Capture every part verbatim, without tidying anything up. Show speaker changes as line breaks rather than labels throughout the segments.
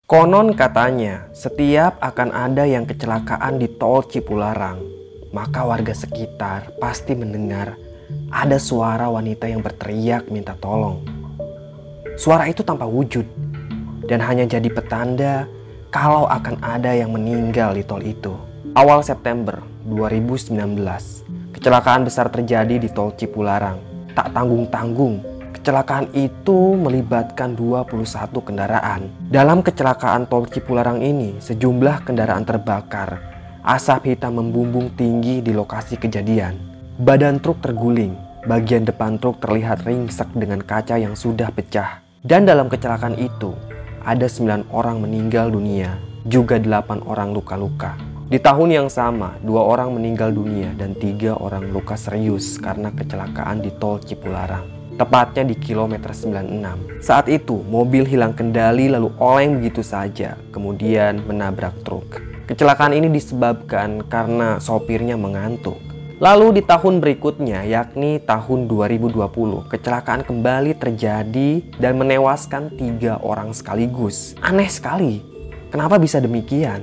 Konon katanya, setiap akan ada yang kecelakaan di tol Cipularang, maka warga sekitar pasti mendengar ada suara wanita yang berteriak minta tolong. Suara itu tanpa wujud dan hanya jadi petanda kalau akan ada yang meninggal di tol itu. Awal September dua ribu sembilan belas, kecelakaan besar terjadi di tol Cipularang. Tak tanggung-tanggung, kecelakaan itu melibatkan dua puluh satu kendaraan. Dalam kecelakaan tol Cipularang ini, sejumlah kendaraan terbakar. Asap hitam membumbung tinggi di lokasi kejadian. Badan truk terguling. Bagian depan truk terlihat ringsek dengan kaca yang sudah pecah. Dan dalam kecelakaan itu, ada sembilan orang meninggal dunia, juga delapan orang luka-luka. Di tahun yang sama, dua orang meninggal dunia dan tiga orang luka serius karena kecelakaan di tol Cipularang. Tepatnya di kilometer sembilan puluh enam. Saat itu, mobil hilang kendali lalu oleng begitu saja, kemudian menabrak truk. Kecelakaan ini disebabkan karena sopirnya mengantuk. Lalu di tahun berikutnya, yakni tahun dua ribu dua puluh, kecelakaan kembali terjadi dan menewaskan tiga orang sekaligus. Aneh sekali, kenapa bisa demikian?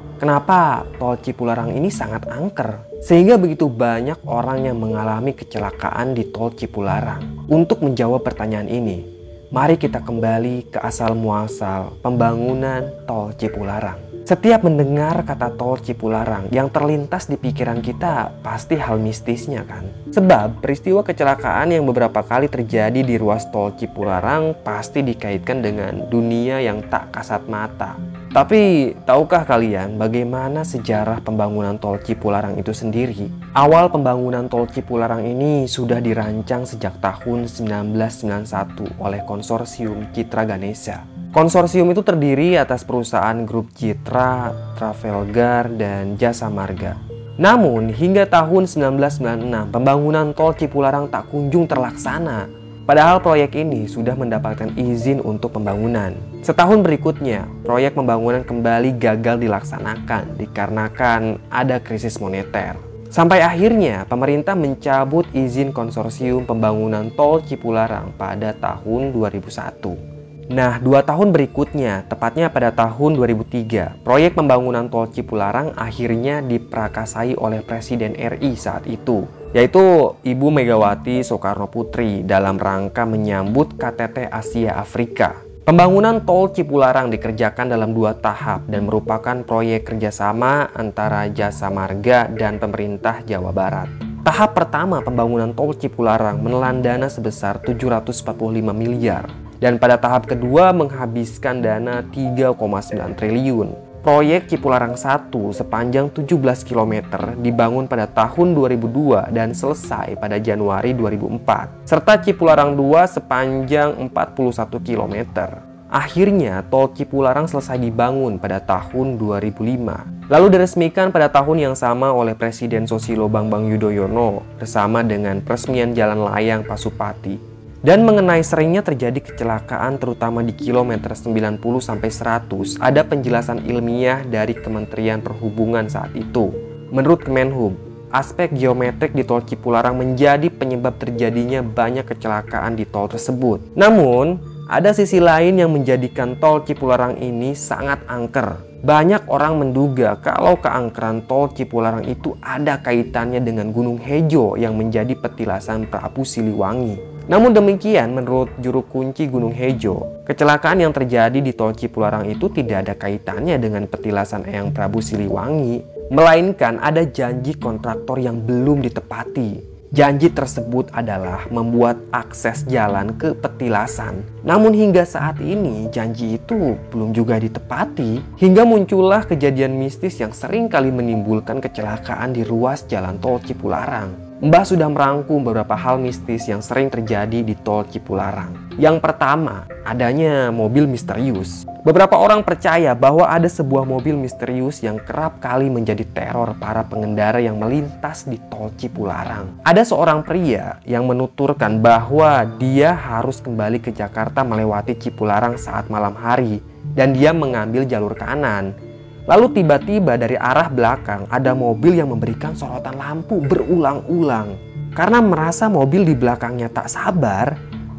Kenapa tol Cipularang ini sangat angker? Sehingga begitu banyak orang yang mengalami kecelakaan di tol Cipularang. Untuk menjawab pertanyaan ini, mari kita kembali ke asal muasal pembangunan tol Cipularang. Setiap mendengar kata tol Cipularang, yang terlintas di pikiran kita pasti hal mistisnya kan? Sebab peristiwa kecelakaan yang beberapa kali terjadi di ruas tol Cipularang pasti dikaitkan dengan dunia yang tak kasat mata. Tapi tahukah kalian bagaimana sejarah pembangunan tol Cipularang itu sendiri? Awal pembangunan tol Cipularang ini sudah dirancang sejak tahun seribu sembilan ratus sembilan puluh satu oleh konsorsium Citra Ganesha. Konsorsium itu terdiri atas perusahaan grup Citra, Travelgar, dan Jasa Marga. Namun hingga tahun seribu sembilan ratus sembilan puluh enam pembangunan tol Cipularang tak kunjung terlaksana. Padahal proyek ini sudah mendapatkan izin untuk pembangunan. Setahun berikutnya, proyek pembangunan kembali gagal dilaksanakan dikarenakan ada krisis moneter. Sampai akhirnya pemerintah mencabut izin konsorsium pembangunan tol Cipularang pada tahun dua ribu satu. Nah, dua tahun berikutnya, tepatnya pada tahun dua ribu tiga, proyek pembangunan tol Cipularang akhirnya diprakasai oleh Presiden R I saat itu, yaitu Ibu Megawati Soekarno Putri dalam rangka menyambut K T T Asia Afrika. Pembangunan tol Cipularang dikerjakan dalam dua tahap dan merupakan proyek kerjasama antara Jasa Marga dan pemerintah Jawa Barat. Tahap pertama pembangunan tol Cipularang menelan dana sebesar tujuh ratus empat puluh lima miliar. Dan pada tahap kedua menghabiskan dana tiga koma sembilan triliun. Proyek Cipularang satu sepanjang tujuh belas kilometer dibangun pada tahun dua ribu dua dan selesai pada Januari dua ribu empat. Serta Cipularang dua sepanjang empat puluh satu kilometer. Akhirnya tol Cipularang selesai dibangun pada tahun dua ribu lima. Lalu diresmikan pada tahun yang sama oleh Presiden Susilo Bambang Yudhoyono bersama dengan peresmian Jalan Layang Pasupati. Dan mengenai seringnya terjadi kecelakaan terutama di kilometer sembilan puluh sampai seratus, ada penjelasan ilmiah dari Kementerian Perhubungan saat itu. Menurut Kemenhub, aspek geometrik di tol Cipularang menjadi penyebab terjadinya banyak kecelakaan di tol tersebut. Namun, ada sisi lain yang menjadikan tol Cipularang ini sangat angker. Banyak orang menduga kalau keangkeran tol Cipularang itu ada kaitannya dengan Gunung Hejo yang menjadi petilasan Prabu Siliwangi. Namun demikian, menurut juru kunci Gunung Hejo, kecelakaan yang terjadi di tol Cipularang itu tidak ada kaitannya dengan petilasan Eyang Prabu Siliwangi, melainkan ada janji kontraktor yang belum ditepati. Janji tersebut adalah membuat akses jalan ke petilasan. Namun hingga saat ini janji itu belum juga ditepati. Hingga muncullah kejadian mistis yang sering kali menimbulkan kecelakaan di ruas jalan tol Cipularang. Mbah sudah merangkum beberapa hal mistis yang sering terjadi di tol Cipularang. Yang pertama, adanya mobil misterius. Beberapa orang percaya bahwa ada sebuah mobil misterius yang kerap kali menjadi teror para pengendara yang melintas di tol Cipularang. Ada seorang pria yang menuturkan bahwa dia harus kembali ke Jakarta melewati Cipularang saat malam hari dan dia mengambil jalur kanan. Lalu tiba-tiba dari arah belakang ada mobil yang memberikan sorotan lampu berulang-ulang. Karena merasa mobil di belakangnya tak sabar,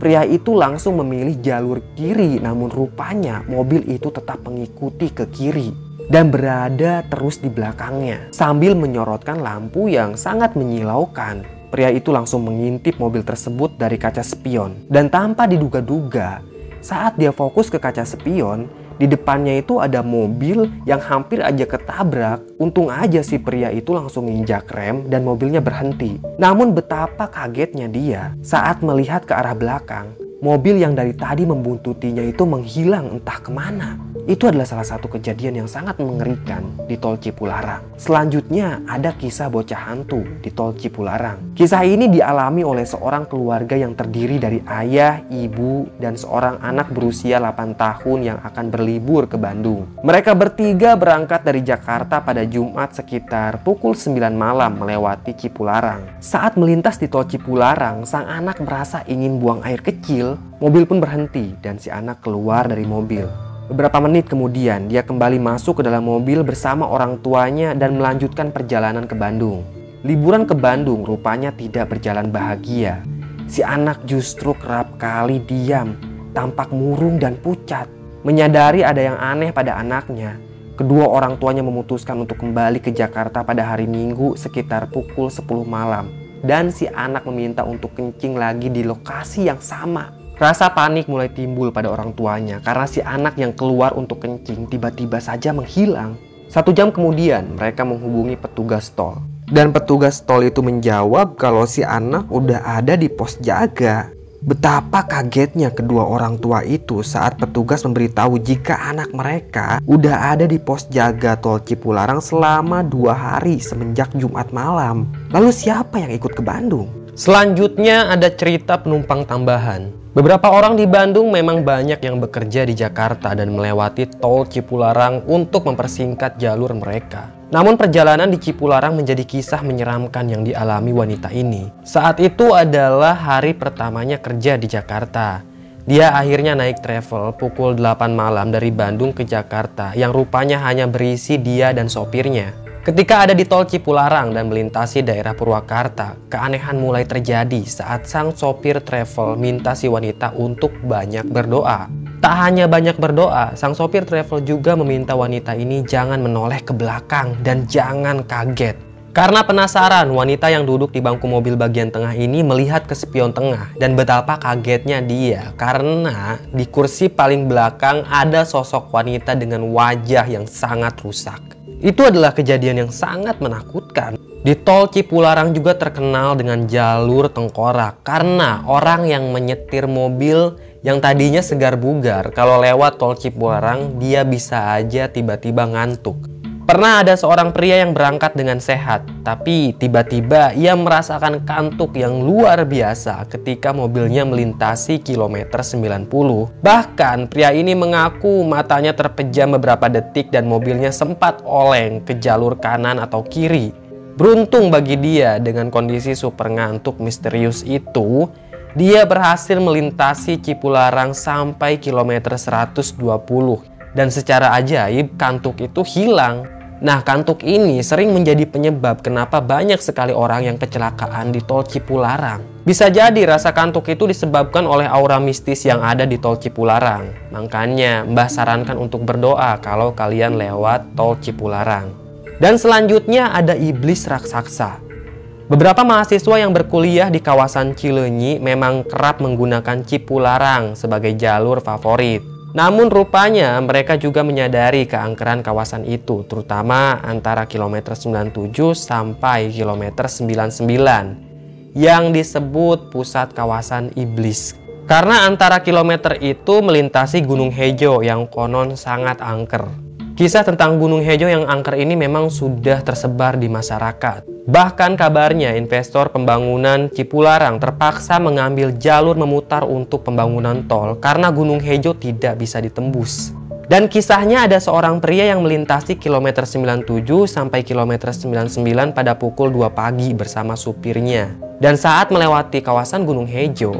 pria itu langsung memilih jalur kiri, namun rupanya mobil itu tetap mengikuti ke kiri dan berada terus di belakangnya sambil menyorotkan lampu yang sangat menyilaukan. Pria itu langsung mengintip mobil tersebut dari kaca spion, dan tanpa diduga-duga saat dia fokus ke kaca spion, di depannya itu ada mobil yang hampir aja ketabrak. Untung aja si pria itu langsung nginjak rem dan mobilnya berhenti. Namun betapa kagetnya dia saat melihat ke arah belakang, mobil yang dari tadi membuntutinya itu menghilang entah kemana. Itu adalah salah satu kejadian yang sangat mengerikan di Tol Cipularang. Selanjutnya ada kisah bocah hantu di Tol Cipularang. Kisah ini dialami oleh seorang keluarga yang terdiri dari ayah, ibu, dan seorang anak berusia delapan tahun yang akan berlibur ke Bandung. Mereka bertiga berangkat dari Jakarta pada Jumat sekitar pukul sembilan malam melewati Cipularang. Saat melintas di Tol Cipularang, sang anak merasa ingin buang air kecil. Mobil pun berhenti dan si anak keluar dari mobil. Beberapa menit kemudian, dia kembali masuk ke dalam mobil bersama orang tuanya dan melanjutkan perjalanan ke Bandung. Liburan ke Bandung rupanya tidak berjalan bahagia. Si anak justru kerap kali diam, tampak murung dan pucat. Menyadari ada yang aneh pada anaknya, kedua orang tuanya memutuskan untuk kembali ke Jakarta pada hari Minggu sekitar pukul sepuluh malam. Dan si anak meminta untuk kencing lagi di lokasi yang sama. Rasa panik mulai timbul pada orang tuanya karena si anak yang keluar untuk kencing tiba-tiba saja menghilang. Satu jam kemudian mereka menghubungi petugas tol. Dan petugas tol itu menjawab kalau si anak udah ada di pos jaga. Betapa kagetnya kedua orang tua itu saat petugas memberitahu jika anak mereka udah ada di pos jaga Tol Cipularang selama dua hari semenjak Jumat malam. Lalu siapa yang ikut ke Bandung? Selanjutnya ada cerita penumpang tambahan. Beberapa orang di Bandung memang banyak yang bekerja di Jakarta dan melewati Tol Cipularang untuk mempersingkat jalur mereka. Namun perjalanan di Cipularang menjadi kisah menyeramkan yang dialami wanita ini. Saat itu adalah hari pertamanya kerja di Jakarta. Dia akhirnya naik travel pukul delapan malam dari Bandung ke Jakarta yang rupanya hanya berisi dia dan sopirnya. Ketika ada di Tol Cipularang dan melintasi daerah Purwakarta, keanehan mulai terjadi saat sang sopir travel minta si wanita untuk banyak berdoa. Tak hanya banyak berdoa, sang sopir travel juga meminta wanita ini jangan menoleh ke belakang dan jangan kaget. Karena penasaran, wanita yang duduk di bangku mobil bagian tengah ini melihat ke spion tengah dan betapa kagetnya dia karena di kursi paling belakang ada sosok wanita dengan wajah yang sangat rusak. Itu adalah kejadian yang sangat menakutkan. Di Tol Cipularang juga terkenal dengan jalur tengkorak karena orang yang menyetir mobil yang tadinya segar bugar kalau lewat Tol Cipularang dia bisa aja tiba-tiba ngantuk. Pernah ada seorang pria yang berangkat dengan sehat, tapi tiba-tiba ia merasakan kantuk yang luar biasa ketika mobilnya melintasi kilometer sembilan puluh. Bahkan pria ini mengaku matanya terpejam beberapa detik dan mobilnya sempat oleng ke jalur kanan atau kiri. Beruntung bagi dia dengan kondisi super ngantuk misterius itu, dia berhasil melintasi Cipularang sampai kilometer seratus dua puluh. Dan secara ajaib kantuk itu hilang. Nah, kantuk ini sering menjadi penyebab kenapa banyak sekali orang yang kecelakaan di Tol Cipularang. Bisa jadi rasa kantuk itu disebabkan oleh aura mistis yang ada di Tol Cipularang. Makanya Mbah sarankan untuk berdoa kalau kalian lewat Tol Cipularang. Dan selanjutnya ada iblis raksasa. Beberapa mahasiswa yang berkuliah di kawasan Cileunyi memang kerap menggunakan Cipularang sebagai jalur favorit. Namun rupanya mereka juga menyadari keangkeran kawasan itu, terutama antara kilometer sembilan puluh tujuh sampai kilometer sembilan puluh sembilan yang disebut pusat kawasan iblis. Karena antara kilometer itu melintasi Gunung Hejo yang konon sangat angker. Kisah tentang Gunung Hejo yang angker ini memang sudah tersebar di masyarakat. Bahkan kabarnya investor pembangunan Cipularang terpaksa mengambil jalur memutar untuk pembangunan tol karena Gunung Hejo tidak bisa ditembus. Dan kisahnya ada seorang pria yang melintasi kilometer sembilan puluh tujuh sampai kilometer sembilan puluh sembilan pada pukul dua pagi bersama supirnya. Dan saat melewati kawasan Gunung Hejo,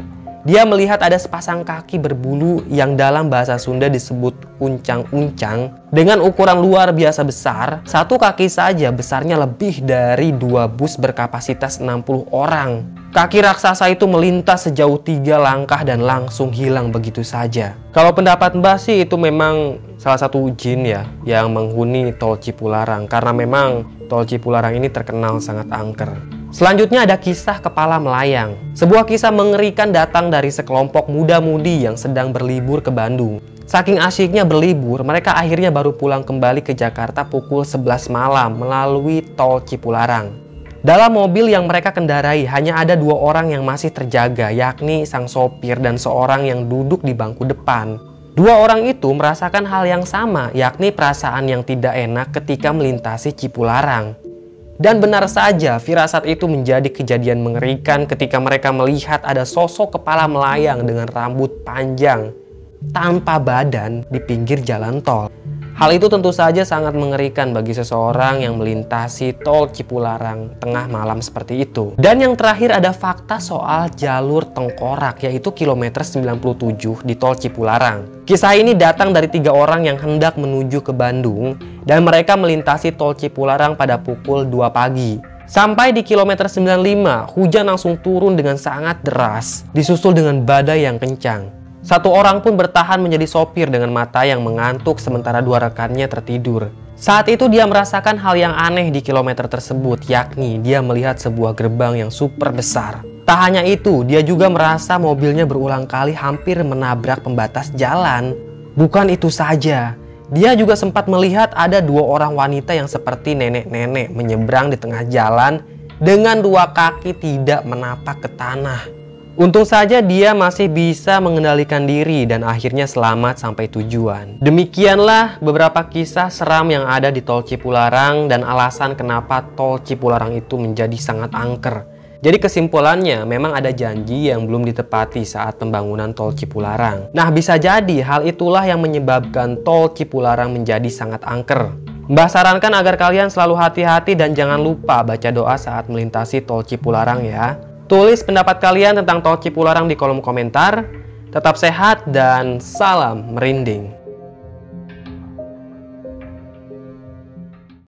Dia melihat ada sepasang kaki berbulu yang dalam bahasa Sunda disebut uncang-uncang dengan ukuran luar biasa besar. Satu kaki saja besarnya lebih dari dua bus berkapasitas enam puluh orang. Kaki raksasa itu melintas sejauh tiga langkah dan langsung hilang begitu saja. Kalau pendapat Mbah sih itu memang salah satu jin ya yang menghuni Tol Cipularang, karena memang Tol Cipularang ini terkenal sangat angker. Selanjutnya ada kisah kepala melayang. Sebuah kisah mengerikan datang dari sekelompok muda-mudi yang sedang berlibur ke Bandung. Saking asyiknya berlibur, mereka akhirnya baru pulang kembali ke Jakarta pukul sebelas malam melalui Tol Cipularang. Dalam mobil yang mereka kendarai hanya ada dua orang yang masih terjaga, yakni sang sopir dan seorang yang duduk di bangku depan. Dua orang itu merasakan hal yang sama, yakni perasaan yang tidak enak ketika melintasi Cipularang. Dan benar saja, firasat itu menjadi kejadian mengerikan ketika mereka melihat ada sosok kepala melayang dengan rambut panjang tanpa badan di pinggir jalan tol. Hal itu tentu saja sangat mengerikan bagi seseorang yang melintasi Tol Cipularang tengah malam seperti itu. Dan yang terakhir ada fakta soal jalur tengkorak, yaitu kilometer sembilan puluh tujuh di Tol Cipularang. Kisah ini datang dari tiga orang yang hendak menuju ke Bandung dan mereka melintasi Tol Cipularang pada pukul dua pagi. Sampai di kilometer sembilan puluh lima, hujan langsung turun dengan sangat deras, disusul dengan badai yang kencang. Satu orang pun bertahan menjadi sopir dengan mata yang mengantuk sementara dua rekannya tertidur. Saat itu dia merasakan hal yang aneh di kilometer tersebut, yakni dia melihat sebuah gerbang yang super besar. Tak hanya itu, dia juga merasa mobilnya berulang kali hampir menabrak pembatas jalan. Bukan itu saja, dia juga sempat melihat ada dua orang wanita yang seperti nenek-nenek menyeberang di tengah jalan dengan dua kaki tidak menapak ke tanah. Untung saja dia masih bisa mengendalikan diri dan akhirnya selamat sampai tujuan. Demikianlah beberapa kisah seram yang ada di Tol Cipularang dan alasan kenapa Tol Cipularang itu menjadi sangat angker. Jadi kesimpulannya memang ada janji yang belum ditepati saat pembangunan Tol Cipularang. Nah, bisa jadi hal itulah yang menyebabkan Tol Cipularang menjadi sangat angker. Mbah sarankan agar kalian selalu hati-hati dan jangan lupa baca doa saat melintasi Tol Cipularang ya. Tulis pendapat kalian tentang Tol Cipularang di kolom komentar. Tetap sehat dan salam merinding.